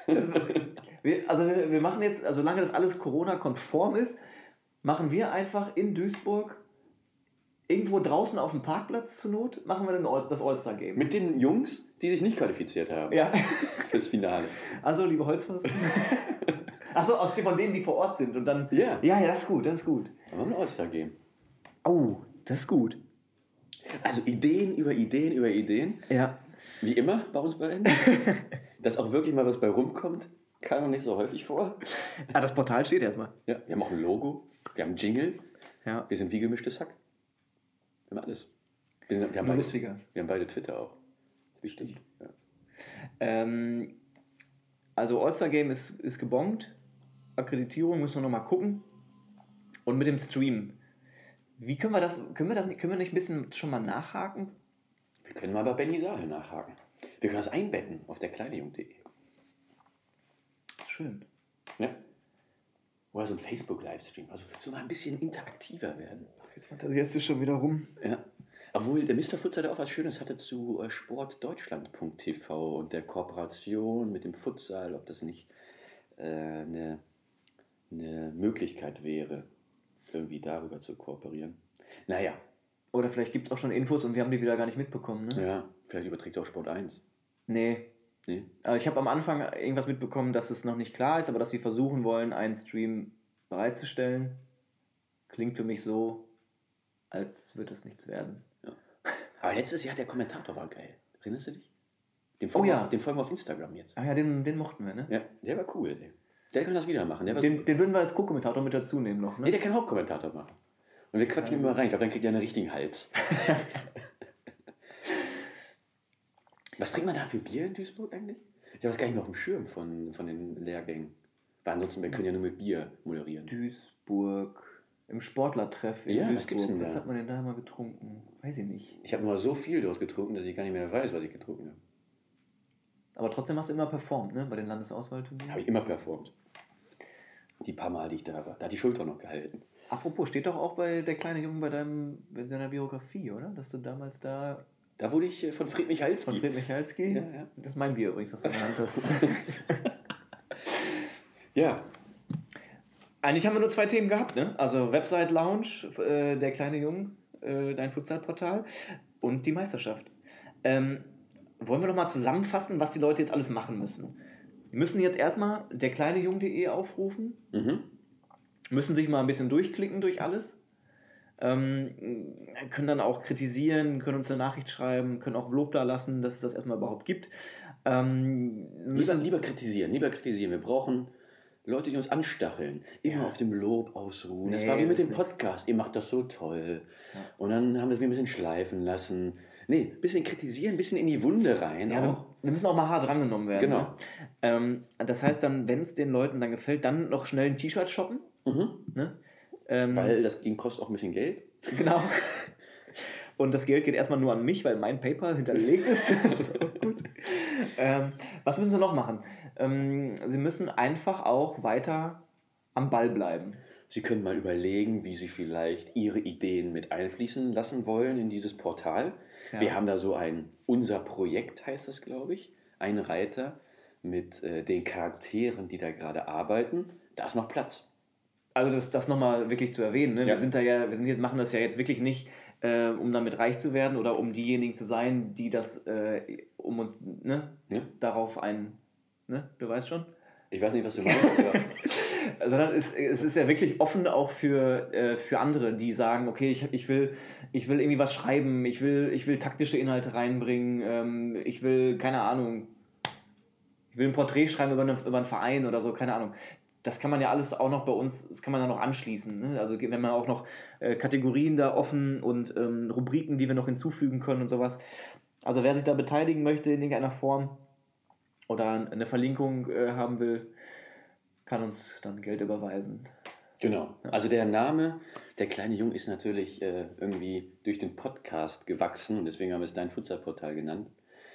Wir machen jetzt, solange das alles Corona-konform ist, machen wir einfach in Duisburg irgendwo draußen auf dem Parkplatz zur Not, machen wir dann das All-Star-Game. Mit den Jungs, die sich nicht qualifiziert haben. Ja. Fürs Finale. Also, liebe Holzpfosten. Achso, von denen, die vor Ort sind. Und dann. Ja. Ja, das ist gut. Aber ein All-Star-Game. Oh, das ist gut. Also Ideen über Ideen über Ideen. Ja. Wie immer bei uns beiden. Dass auch wirklich mal was bei rumkommt, kam noch nicht so häufig vor. Ah, das Portal steht erstmal. Ja, wir haben auch ein Logo, wir haben einen Jingle, Ja. wir sind wie gemischtes Hack. Wir haben alles. Wir haben Nur beide, lustiger. wir haben beide Twitter auch. Wichtig. Ja. Also All-Star Game ist gebongt. Akkreditierung müssen wir nochmal gucken. Und mit dem Stream. Wie können wir nicht ein bisschen schon mal nachhaken? Wir können mal bei Benny Sahel nachhaken. Wir können das einbetten auf der kleinejung.de. Schön. Ja. Oder so ein Facebook-Livestream. Also so mal ein bisschen interaktiver werden. Jetzt fantasierst du schon wieder rum. Ja. Obwohl der Mr. Futsal auch was Schönes hatte zu sportdeutschland.tv und der Kooperation mit dem Futsal, ob das nicht eine Möglichkeit wäre, irgendwie darüber zu kooperieren. Naja. Oder vielleicht gibt es auch schon Infos und wir haben die wieder gar nicht mitbekommen, ne? Ja, vielleicht überträgt auch Sport 1. Nee. Aber ich habe am Anfang irgendwas mitbekommen, dass es noch nicht klar ist, aber dass sie versuchen wollen, einen Stream bereitzustellen. Klingt für mich so, als würde es nichts werden. Ja. Aber letztes Jahr der Kommentator war geil. Erinnerst du dich? Den Oh ja. Den folgen wir auf Instagram jetzt. Ach ja, den mochten wir, ne? Ja, der war cool. Ey. Der kann das wieder machen. Der war Den würden wir als Co-Kommentator mit dazu nehmen noch, Nee, ne? der kann Hauptkommentator machen. Und wir quatschen ihn mal rein. Ich glaube, dann kriegt er einen richtigen Hals. Was trinkt man da für Bier in Duisburg eigentlich? Ich habe das gar nicht mehr auf dem Schirm von den Lehrgängen. Weil ansonsten, wir können ja nur mit Bier moderieren. Duisburg, im Sportlertreff in Ja, was Duisburg. gibt's denn da? Was hat man denn da mal getrunken? Weiß ich nicht. Ich habe immer so viel dort getrunken, dass ich gar nicht mehr weiß, was ich getrunken habe. Aber trotzdem hast du immer performt, ne? Bei den Landesauswahlturnieren. Habe ich immer performt. Die paar Mal, die ich da war. Da hat die Schulter noch gehalten. Apropos, steht doch auch bei der kleine Junge bei deiner Biografie, oder? Dass du damals da Da wurde ich von Fred Michalski. von Fred Michalski. Ja, ja. Das ist mein Bier übrigens, was du genannt hast. Ja. Eigentlich haben wir nur 2 Themen gehabt, ne? Also Website Lounge, der kleine Junge, dein Futsalportal und die Meisterschaft. Wollen wir noch mal zusammenfassen, was die Leute jetzt alles machen müssen? Die müssen jetzt erstmal derkleinejung.de aufrufen, müssen sich mal ein bisschen durchklicken durch alles, können dann auch kritisieren, können uns eine Nachricht schreiben, können auch Lob da lassen, dass es das erstmal überhaupt gibt. Lieber kritisieren. Wir brauchen Leute, die uns anstacheln, immer auf dem Lob ausruhen. Das Nee, war wie mit das dem ist Podcast, ihr macht das so toll. Ja. Und dann haben wir es ein bisschen schleifen lassen. Nee, ein bisschen kritisieren, ein bisschen in die Wunde rein. Ja, auch. wir müssen auch mal hart drangenommen werden. Genau. Ne? Das heißt dann, wenn es den Leuten dann gefällt, dann noch schnell ein T-Shirt shoppen. Ne? Weil das Ding kostet auch ein bisschen Geld. Genau. Und das Geld geht erstmal nur an mich, weil mein PayPal hinterlegt ist. Das ist auch gut. Was müssen sie noch machen? Sie müssen einfach auch weiter am Ball bleiben. Sie können mal überlegen, wie Sie vielleicht Ihre Ideen mit einfließen lassen wollen in dieses Portal. Ja. Wir haben da so unser Projekt heißt es, glaube ich, ein Reiter mit den Charakteren, die da gerade arbeiten. Da ist noch Platz. Also das nochmal wirklich zu erwähnen. Ne? Ja. Machen das ja jetzt wirklich nicht, um damit reich zu werden oder um diejenigen zu sein, die das um uns darauf ne? Du weißt schon? Ich weiß nicht, was du meinst. Sondern es ist ja wirklich offen auch für andere, die sagen, okay, ich will irgendwie was schreiben, ich will taktische Inhalte reinbringen, ich will, keine Ahnung, ich will ein Porträt schreiben über einen Verein oder so, keine Ahnung. Das kann man ja alles auch noch bei uns, das kann man dann noch anschließen. Ne? Also wenn man auch noch Kategorien da offen und Rubriken, die wir noch hinzufügen können und sowas. Also wer sich da beteiligen möchte in irgendeiner Form oder eine Verlinkung haben will, kann uns dann Geld überweisen. Genau. Also der Name, der kleine Jung, ist natürlich irgendwie durch den Podcast gewachsen und deswegen haben wir es Dein Futsalportal genannt.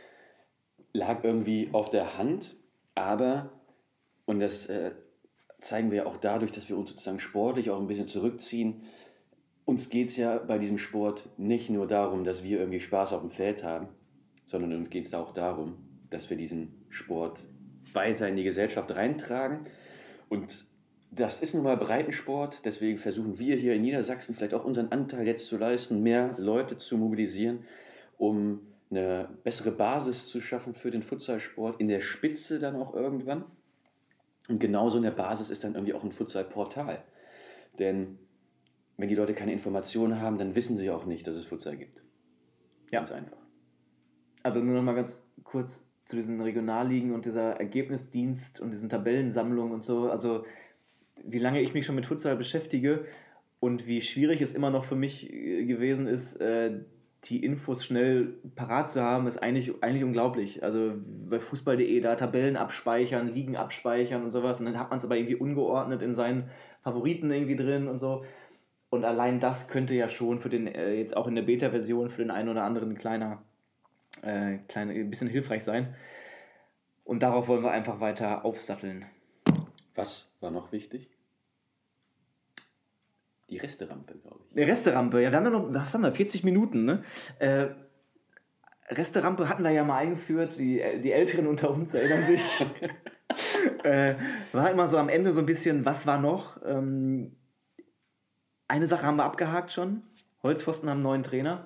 Lag irgendwie auf der Hand, aber, und das zeigen wir ja auch dadurch, dass wir uns sozusagen sportlich auch ein bisschen zurückziehen, uns geht es ja bei diesem Sport nicht nur darum, dass wir irgendwie Spaß auf dem Feld haben, sondern uns geht es auch darum, dass wir diesen Sport weiter in die Gesellschaft reintragen. Und das ist nun mal Breitensport, deswegen versuchen wir hier in Niedersachsen vielleicht auch unseren Anteil jetzt zu leisten, mehr Leute zu mobilisieren, um eine bessere Basis zu schaffen für den Futsalsport, in der Spitze dann auch irgendwann. Und genauso in der Basis ist dann irgendwie auch ein Futsalportal. Denn wenn die Leute keine Informationen haben, dann wissen sie auch nicht, dass es Futsal gibt. Ganz einfach. Also nur noch mal ganz kurz zu diesen Regionalligen und dieser Ergebnisdienst und diesen Tabellensammlungen und so. Also wie lange ich mich schon mit Futsal beschäftige und wie schwierig es immer noch für mich gewesen ist, die Infos schnell parat zu haben, ist eigentlich unglaublich. Also bei Fußball.de da Tabellen abspeichern, Ligen abspeichern und sowas und dann hat man es aber irgendwie ungeordnet in seinen Favoriten irgendwie drin und so. Und allein das könnte ja schon für den, jetzt auch in der Beta-Version, für den einen oder anderen ein bisschen hilfreich sein. Und darauf wollen wir einfach weiter aufsatteln. Was war noch wichtig? Die Resterampe, glaube ich. Die Resterampe, ja, wir haben ja noch, was haben wir, 40 Minuten, ne? Resterampe hatten wir ja mal eingeführt, die Älteren unter uns erinnern sich. War immer so am Ende so ein bisschen, was war noch? Eine Sache haben wir abgehakt schon. Holzpfosten haben einen neuen Trainer.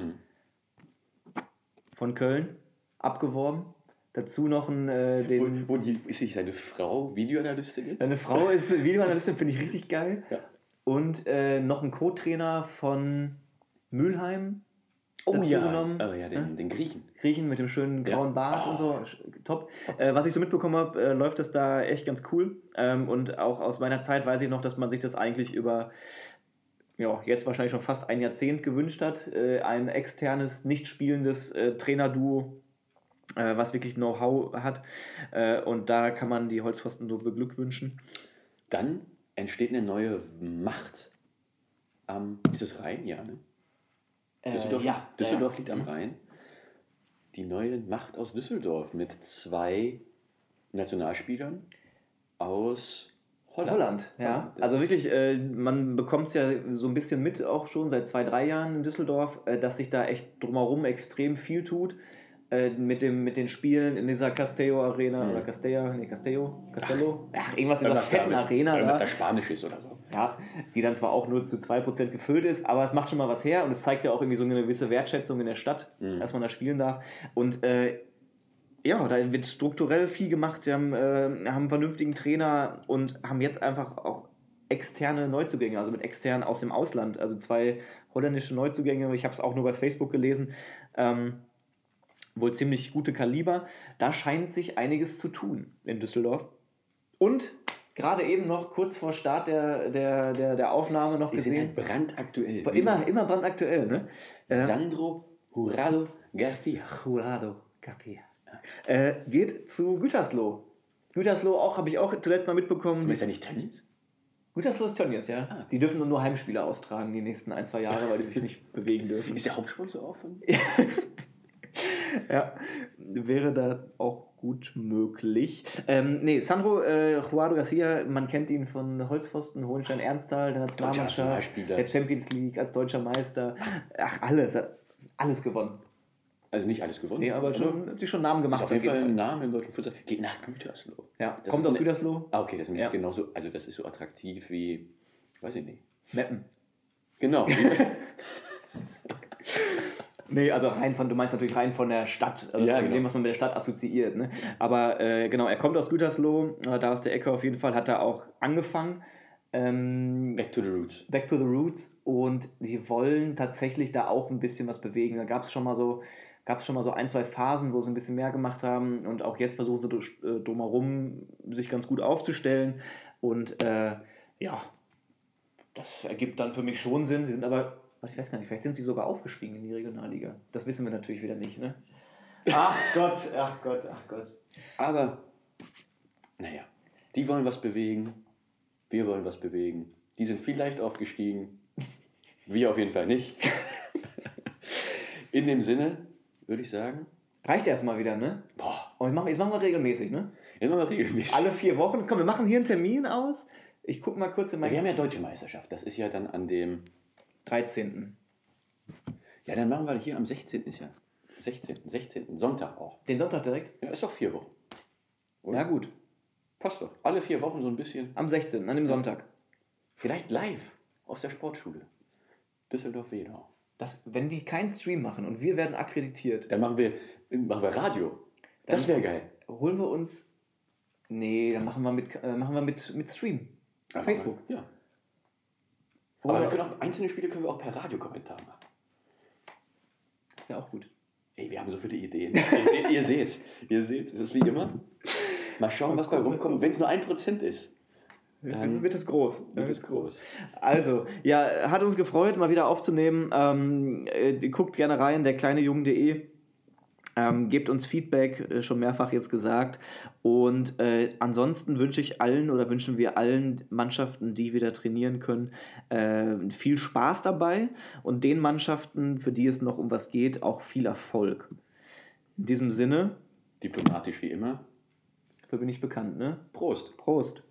Von Köln, abgeworben. Dazu noch den... Ist nicht seine Frau Videoanalystin jetzt? Seine Frau ist Videoanalystin, finde ich richtig geil. Ja. Und noch ein Co-Trainer von Mülheim. Den Griechen. Griechen mit dem schönen grauen Bart und so. Top. Was ich so mitbekommen habe, läuft das da echt ganz cool. Und auch aus meiner Zeit weiß ich noch, dass man sich das eigentlich über... Ja, jetzt wahrscheinlich schon fast ein Jahrzehnt gewünscht hat, ein externes, nicht spielendes Trainerduo, was wirklich Know-how hat. Und da kann man die Holzpfosten so beglückwünschen. Dann entsteht eine neue Macht ist es Rhein? Ja, ne? Düsseldorf liegt am Rhein. Die neue Macht aus Düsseldorf mit 2 Nationalspielern aus Holland, ja. Also wirklich, man bekommt es ja so ein bisschen mit, auch schon seit 2-3 Jahren in Düsseldorf, dass sich da echt drumherum extrem viel tut. Mit den Spielen in dieser Castello Arena oder Castello? Irgendwas in dieser fetten Arena. Oder das Spanisch ist oder so. Ja, die dann zwar auch nur zu 2% gefüllt ist, aber es macht schon mal was her und es zeigt ja auch irgendwie so eine gewisse Wertschätzung in der Stadt, dass man da spielen darf. Und ja, da wird strukturell viel gemacht, wir haben einen vernünftigen Trainer und haben jetzt einfach auch externe Neuzugänge, also mit externen aus dem Ausland, also 2 holländische Neuzugänge, ich habe es auch nur bei Facebook gelesen, wohl ziemlich gute Kaliber. Da scheint sich einiges zu tun in Düsseldorf. Und gerade eben noch kurz vor Start der Aufnahme noch gesehen. Die sind halt brandaktuell. Immer brandaktuell, ne? Sandro Jurado Garcia. Geht zu Gütersloh. Gütersloh auch, habe ich auch zuletzt mal mitbekommen. Ist ja nicht Tönnies? Gütersloh ist Tönnies, ja. Ah. Die dürfen nur Heimspiele austragen die nächsten 1-2 Jahre, weil die sich nicht bewegen dürfen. Ist der Hauptsponsor auch von? Ja, wäre da auch gut möglich. Sandro Jurado Garcia, man kennt ihn von Holzpfosten, Hohenstein-Ernsthal, der Nationalmannschaft, der Champions League als deutscher Meister. Ach, alles gewonnen. Also nicht alles gewonnen. Nee, aber hat sich schon Namen gemacht. Ist auf jeden Fall ein Name im deutschen Futsal. Geht nach Gütersloh. Ja, kommt aus Gütersloh. Ah, okay, das ist genauso, also das ist so attraktiv wie, weiß ich nicht. Meppen. Genau. Nee, also du meinst natürlich rein von der Stadt, also ja, von dem, was man mit der Stadt assoziiert. Ne? Aber genau, er kommt aus Gütersloh, da aus der Ecke auf jeden Fall, hat er auch angefangen. Back to the Roots. Und die wollen tatsächlich da auch ein bisschen was bewegen. Da gab es schon mal so 1-2 Phasen, wo sie ein bisschen mehr gemacht haben und auch jetzt versuchen sie drumherum sich ganz gut aufzustellen. Und ja, das ergibt dann für mich schon Sinn. Sie sind aber, ich weiß gar nicht, vielleicht sind sie sogar aufgestiegen in die Regionalliga. Das wissen wir natürlich wieder nicht, ne? Ach Gott. Aber, naja, die wollen was bewegen, wir wollen was bewegen. Die sind vielleicht aufgestiegen, wir auf jeden Fall nicht. In dem Sinne, würde ich sagen... Reicht erstmal wieder, ne? Boah. Und jetzt machen wir regelmäßig, ne? Jetzt machen wir regelmäßig. Alle 4 Wochen. Komm, wir machen hier einen Termin aus. Ich gucke mal kurz in Wir haben ja Deutsche Meisterschaft. Das ist ja dann an dem... 13. Ja, dann machen wir hier am 16. ist ja. 16. Sonntag auch. Den Sonntag direkt? Ja, ist doch 4 Wochen. Oder? Ja, gut. Passt doch. Alle 4 Wochen so ein bisschen. Am 16., an dem Sonntag. Vielleicht live aus der Sportschule. Düsseldorf-Wedau. Wenn die keinen Stream machen und wir werden akkreditiert. Dann machen wir Radio. Das wäre geil. Holen wir uns... Nee, dann machen wir mit Stream. Auf Facebook. Ja. Aber wir können auch, einzelne Spiele können wir auch per Radiokommentar machen. wäre auch gut. Ey, wir haben so viele Ideen. Ihr seht's. Es ist wie immer. Mal schauen, was bei rumkommt. Wenn es nur 1% ist, Dann wird es groß. groß. Also, ja, hat uns gefreut, mal wieder aufzunehmen. Guckt gerne rein, derkleinejugend.de. Gebt uns Feedback, schon mehrfach jetzt gesagt. Und ansonsten wünschen wir allen Mannschaften, die wieder trainieren können, viel Spaß dabei. Und den Mannschaften, für die es noch um was geht, auch viel Erfolg. In diesem Sinne. Diplomatisch wie immer. Dafür bin ich bekannt, ne? Prost. Prost.